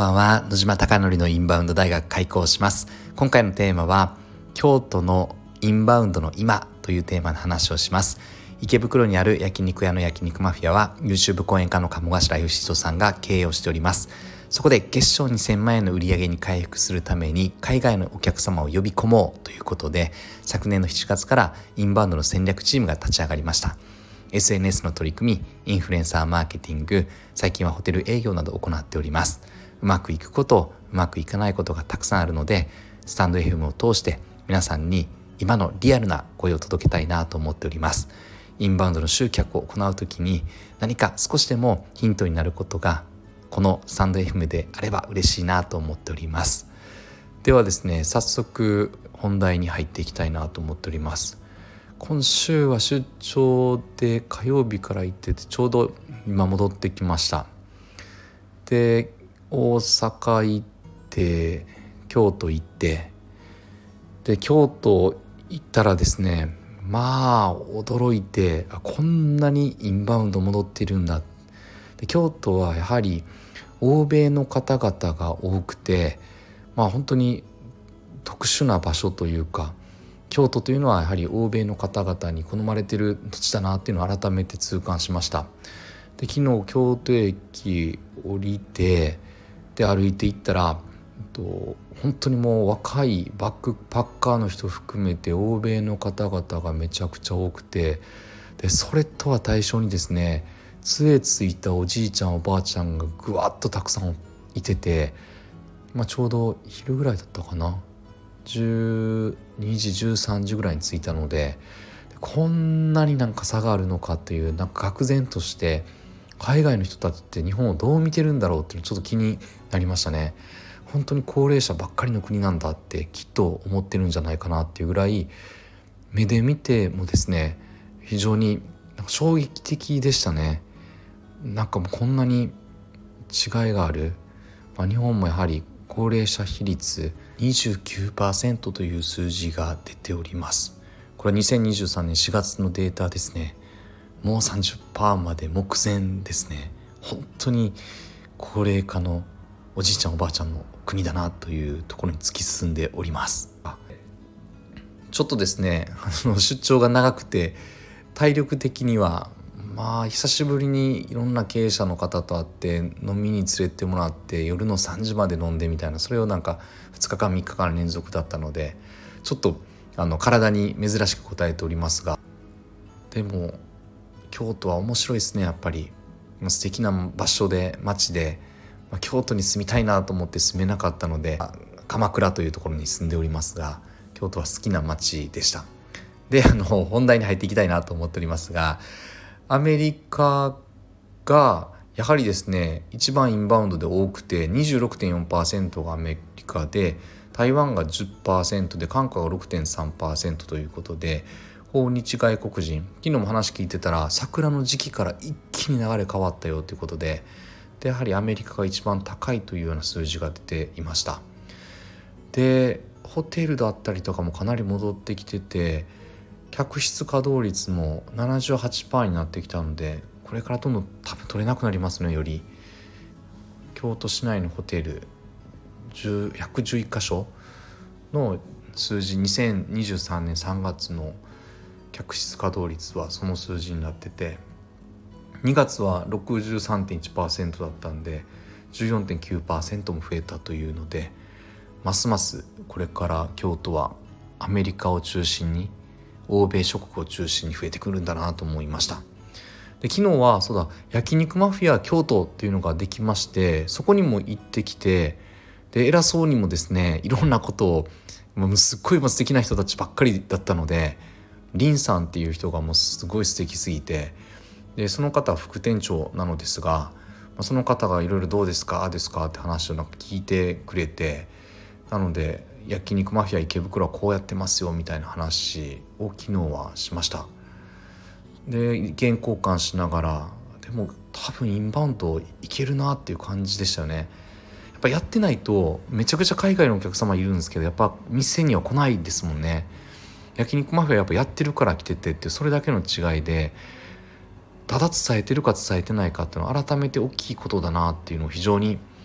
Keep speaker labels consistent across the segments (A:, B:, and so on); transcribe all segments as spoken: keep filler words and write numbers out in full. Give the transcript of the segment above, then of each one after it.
A: こんばんは。野島貴則のインバウンド大学開講します。今回のテーマは京都のインバウンドの今というテーマの話をします。池袋にある焼肉屋の焼肉マフィアは YouTube 講演家の鴨頭義人さんが経営をしております。そこで月賞にせんまんえんの売り上げに回復するために海外のお客様を呼び込もうということで、昨年のしちがつからインバウンドの戦略チームが立ち上がりました。エスエヌエス の取り組み、インフルエンサーマーケティング、最近はホテル営業などを行っております。うまくいくこと、うまくいかないことがたくさんあるので、スタンド エフエム を通して皆さんに今のリアルな声を届けたいなと思っております。インバウンドの集客を行うときに何か少しでもヒントになることがこのスタンド エフエム であれば嬉しいなと思っております。ではですね、早速本題に入っていきたいなと思っております。今週は出張で火曜日から行ってて、ちょうど今戻ってきました。で、大阪行って京都行って、で京都行ったらですね、まあ驚いて、あこんなにインバウンド戻ってるんだ。で京都はやはり欧米の方々が多くて、まあ本当に特殊な場所というか、京都というのはやはり欧米の方々に好まれている土地だなっていうのを改めて痛感しました。で昨日京都駅降りて、で歩いて行ったらと本当にもう若いバックパッカーの人含めて欧米の方々がめちゃくちゃ多くて、でそれとは対照にですね、杖ついたおじいちゃんおばあちゃんがぐわっとたくさんいてて、まあ、ちょうど昼ぐらいだったかな、じゅうにじじゅうさんじぐらいに着いたので、こんなになんか差があるのかっていう、なんか愕然として、海外の人たちって日本をどう見てるんだろうっていうのちょっと気になりましたね。本当に高齢者ばっかりの国なんだってきっと思ってるんじゃないかなっていうぐらい、目で見てもですね、非常になんか衝撃的でしたね。なんかもうこんなに違いがある、まあ、日本もやはり高齢者比率 にじゅうきゅうパーセント という数字が出ております。これはにせんにじゅうさんねんしがつのデータですね。もう さんじゅっパーセント まで目前ですね。本当に高齢化のおじいちゃんおばあちゃんの国だなというところに突き進んでおります。ちょっとですね、あの出張が長くて体力的にはまあ久しぶりにいろんな経営者の方と会って飲みに連れてもらって、夜のさんじまで飲んでみたいな、それをなんかふつかかんみっかかん連続だったので、ちょっとあの体に珍しく応えておりますが、でも京都は面白いですね。やっぱり素敵な場所で街で、まあ、京都に住みたいなと思って住めなかったので鎌倉というところに住んでおりますが、京都は好きな街でした。で、あの本題に入っていきたいなと思っておりますが、アメリカがやはりですね一番インバウンドで多くて にじゅうろくてんよんパーセント がアメリカで、台湾が じゅっパーセント で韓国が ろくてんさんパーセント ということで、訪日外国人、昨日も話聞いてたら桜の時期から一気に流れ変わったよということで、でやはりアメリカが一番高いというような数字が出ていました。でホテルだったりとかもかなり戻ってきてて、客室稼働率も ななじゅうはちパーセント になってきたので、これからどんどん多分取れなくなりますね。より京都市内のホテルひゃくじゅういっかしょの数字、にせんにじゅうさんねんさんがつの客室稼働率はその数字になってて、にがつは ろくじゅうさんてんいちパーセント だったんで じゅうよんてんきゅうパーセント も増えたというので、ますますこれから京都はアメリカを中心に欧米諸国を中心に増えてくるんだなと思いました。で昨日はそうだ焼肉マフィア京都っていうのができまして、そこにも行ってきて、で偉そうにもですねいろんなことをもうすっごい素敵な人たちばっかりだったので、リンさんっていう人がもうすごい素敵すぎて、でその方は副店長なのですが、その方がいろいろどうですかああですかって話をなんか聞いてくれて、なので焼肉マフィア池袋はこうやってますよみたいな話を昨日はしました。で意見交換しながら、でも多分インバウンドいけるなっていう感じでしたよね。やっぱやってないとめちゃくちゃ海外のお客様いるんですけど、やっぱ店には来ないですもんね。焼肉マフィアやっぱやってるから来ててっていう、それだけの違いで、ただ伝えてるか伝えてないかっていうのは改めて大きいことだなっていうのを非常に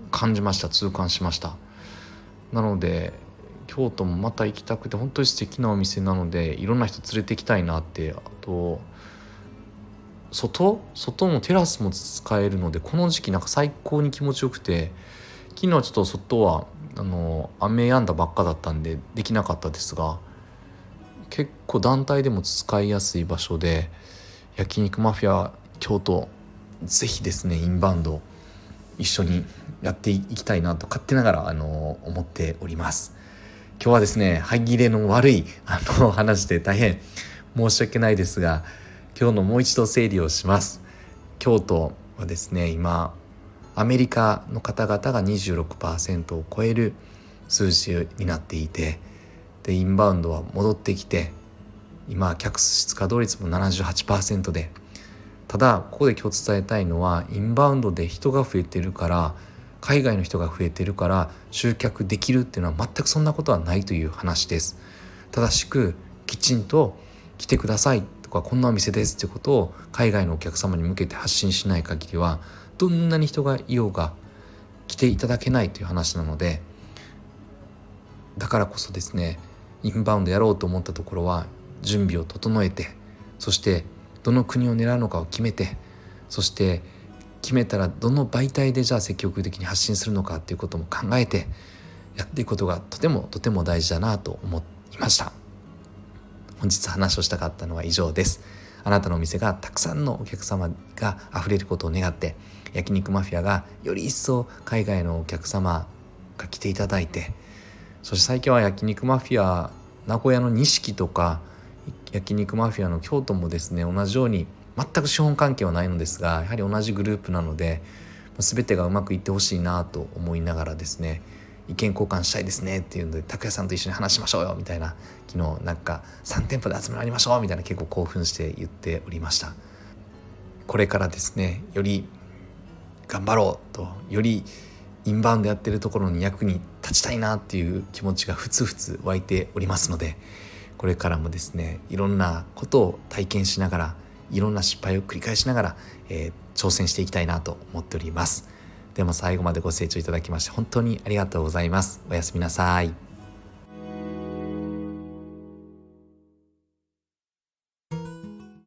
A: 感じました。痛感しました。なので京都もまた行きたくて、本当に素敵なお店なのでいろんな人連れて行きたいなって。あと外外のテラスも使えるので、この時期なんか最高に気持ちよくて、昨日ちょっと外はあの雨止んだばっかだったんでできなかったですが、結構団体でも使いやすい場所で、焼肉マフィア京都ぜひですねインバウンド一緒にやっていきたいなと勝手ながらあの思っております。今日はですね歯切れの悪いあの話で大変申し訳ないですが、今日のもう一度整理をします。京都はですね今アメリカの方々が にじゅうろくパーセント を超える数字になっていて、でインバウンドは戻ってきて、今客室稼働率も ななじゅうはちパーセント で、ただここで今日伝えたいのは、インバウンドで人が増えてるから、海外の人が増えてるから集客できるっていうのは全くそんなことはないという話です。正しくきちんと来てくださいとか、こんなお店ですってことを海外のお客様に向けて発信しない限りは、どんなに人がいようが来ていただけないという話なので、だからこそですねインバウンドやろうと思ったところは準備を整えて、そしてどの国を狙うのかを決めて、そして決めたらどの媒体でじゃあ積極的に発信するのかっていうことも考えてやっていくことがとてもとても大事だなと思いました。本日話をしたかったのは以上です。あなたのお店がたくさんのお客様があふれることを願って、焼肉マフィアがより一層海外のお客様が来ていただいて、そして最近は焼肉マフィア名古屋の錦とか焼肉マフィアの京都もですね、同じように全く資本関係はないのですが、やはり同じグループなので全てがうまくいってほしいなと思いながらですね、意見交換したいですねっていうので、拓也さんと一緒に話しましょうよみたいな、昨日なんかさん店舗で集まりましょうみたいな、結構興奮して言っておりました。これからですねより頑張ろうと、よりインバウンドやってるところに役に立ちたいなっていう気持ちがふつふつ湧いておりますので、これからもですねいろんなことを体験しながら、いろんな失敗を繰り返しながら、えー、挑戦していきたいなと思っております。でも最後までご清聴いただきまして本当にありがとうございます。おやすみなさい。